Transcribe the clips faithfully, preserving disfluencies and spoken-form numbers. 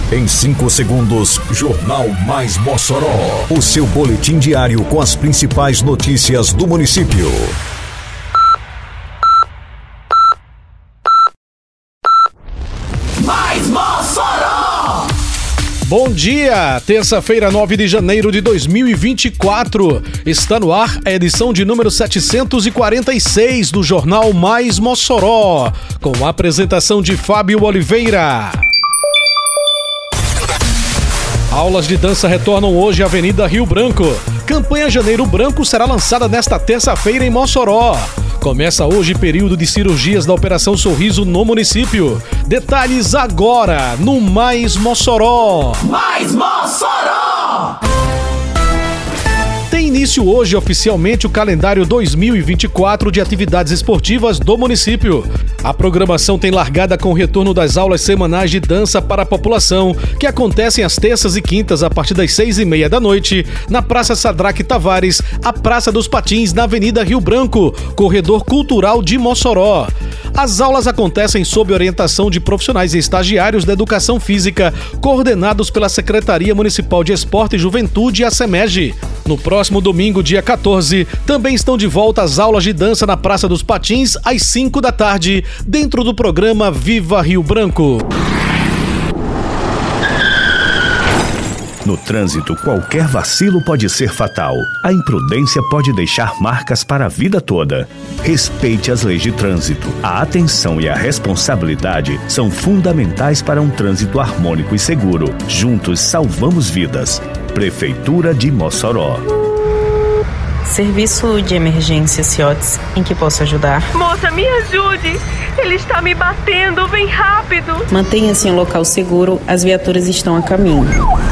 Em cinco segundos, Jornal Mais Mossoró. O seu boletim diário com as principais notícias do município. Mais Mossoró! Bom dia! Terça-feira, nove de janeiro de dois mil e vinte e quatro. Está no ar a edição de número setecentos e quarenta e seis do Jornal Mais Mossoró, com a apresentação de Fábio Oliveira. Aulas de dança retornam hoje à Avenida Rio Branco. Campanha Janeiro Branco será lançada nesta terça-feira em Mossoró. Começa hoje período de cirurgias da Operação Sorriso no município. Detalhes agora no Mais Mossoró. Mais Mossoró! Tem início hoje oficialmente o calendário dois mil e vinte e quatro de atividades esportivas do município. A programação tem largada com o retorno das aulas semanais de dança para a população, que acontecem às terças e quintas a partir das seis e meia da noite, na Praça Sadraque Tavares, a Praça dos Patins, na Avenida Rio Branco, Corredor Cultural de Mossoró. As aulas acontecem sob orientação de profissionais e estagiários da Educação Física, coordenados pela Secretaria Municipal de Esporte e Juventude, a SEMEG. No próximo domingo, dia quatorze, também estão de volta as aulas de dança na Praça dos Patins, às cinco da tarde, dentro do programa Viva Rio Branco. No trânsito, qualquer vacilo pode ser fatal. A imprudência pode deixar marcas para a vida toda. Respeite as leis de trânsito. A atenção e a responsabilidade são fundamentais para um trânsito harmônico e seguro. Juntos salvamos vidas. Prefeitura de Mossoró. Serviço de emergência Ciotes, em que posso ajudar? Moça, me ajude! Ele está me batendo, vem rápido! Mantenha-se em um local seguro, as viaturas estão a caminho.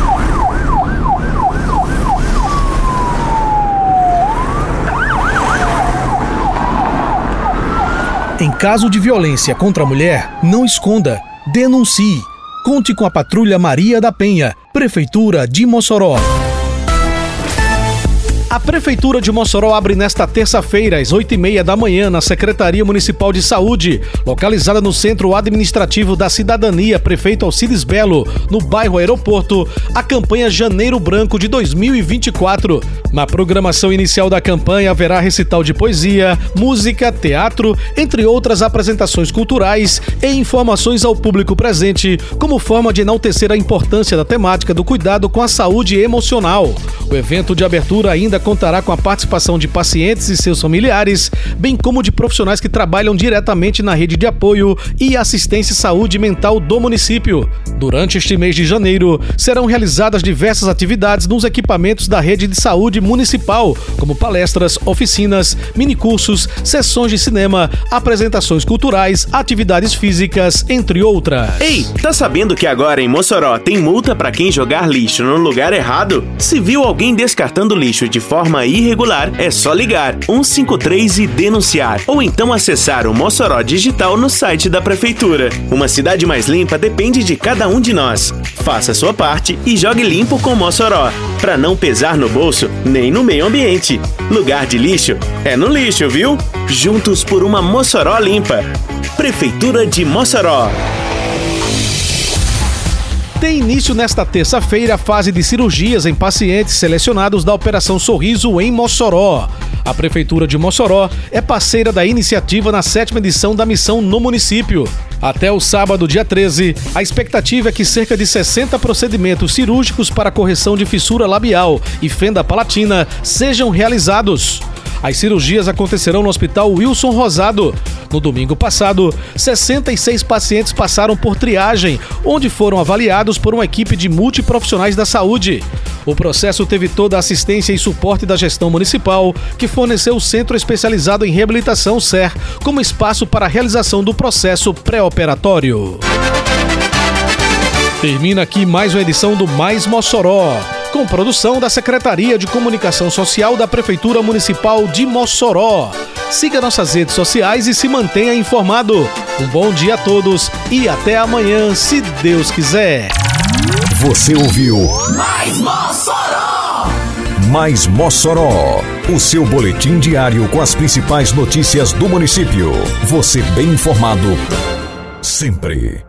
Em caso de violência contra a mulher, não esconda, denuncie. Conte com a Patrulha Maria da Penha, Prefeitura de Mossoró. A Prefeitura de Mossoró abre nesta terça-feira, às oito e meia da manhã, na Secretaria Municipal de Saúde, localizada no Centro Administrativo da Cidadania, Prefeito Alcides Belo, no bairro Aeroporto, a campanha Janeiro Branco de dois mil e vinte e quatro. Na programação inicial da campanha haverá recital de poesia, música, teatro, entre outras apresentações culturais e informações ao público presente, como forma de enaltecer a importância da temática do cuidado com a saúde emocional. O evento de abertura ainda contará com a participação de pacientes e seus familiares, bem como de profissionais que trabalham diretamente na rede de apoio e assistência e saúde mental do município. Durante este mês de janeiro, serão realizadas diversas atividades nos equipamentos da rede de saúde municipal, como palestras, oficinas, minicursos, sessões de cinema, apresentações culturais, atividades físicas, entre outras. Ei, tá sabendo que agora em Mossoró tem multa para quem jogar lixo no lugar errado? Se viu alguém descartando lixo de forma irregular, é só ligar um cinco três e denunciar, ou então acessar o Mossoró Digital no site da Prefeitura. Uma cidade mais limpa depende de cada um de nós. Faça a sua parte e jogue limpo com Mossoró, para não pesar no bolso nem no meio ambiente. Lugar de lixo é no lixo, viu? Juntos por uma Mossoró limpa. Prefeitura de Mossoró. Tem início nesta terça-feira a fase de cirurgias em pacientes selecionados da Operação Sorriso em Mossoró. A Prefeitura de Mossoró é parceira da iniciativa na sétima edição da missão no município. Até o sábado, dia treze, a expectativa é que cerca de sessenta procedimentos cirúrgicos para correção de fissura labial e fenda palatina sejam realizados. As cirurgias acontecerão no Hospital Wilson Rosado. No domingo passado, sessenta e seis pacientes passaram por triagem, onde foram avaliados por uma equipe de multiprofissionais da saúde. O processo teve toda a assistência e suporte da gestão municipal, que forneceu o Centro Especializado em Reabilitação C E R como espaço para a realização do processo pré-operatório. Termina aqui mais uma edição do Mais Mossoró, com produção da Secretaria de Comunicação Social da Prefeitura Municipal de Mossoró. Siga nossas redes sociais e se mantenha informado. Um bom dia a todos e até amanhã, se Deus quiser. Você ouviu Mais Mossoró! Mais Mossoró, o seu boletim diário com as principais notícias do município. Você bem informado sempre.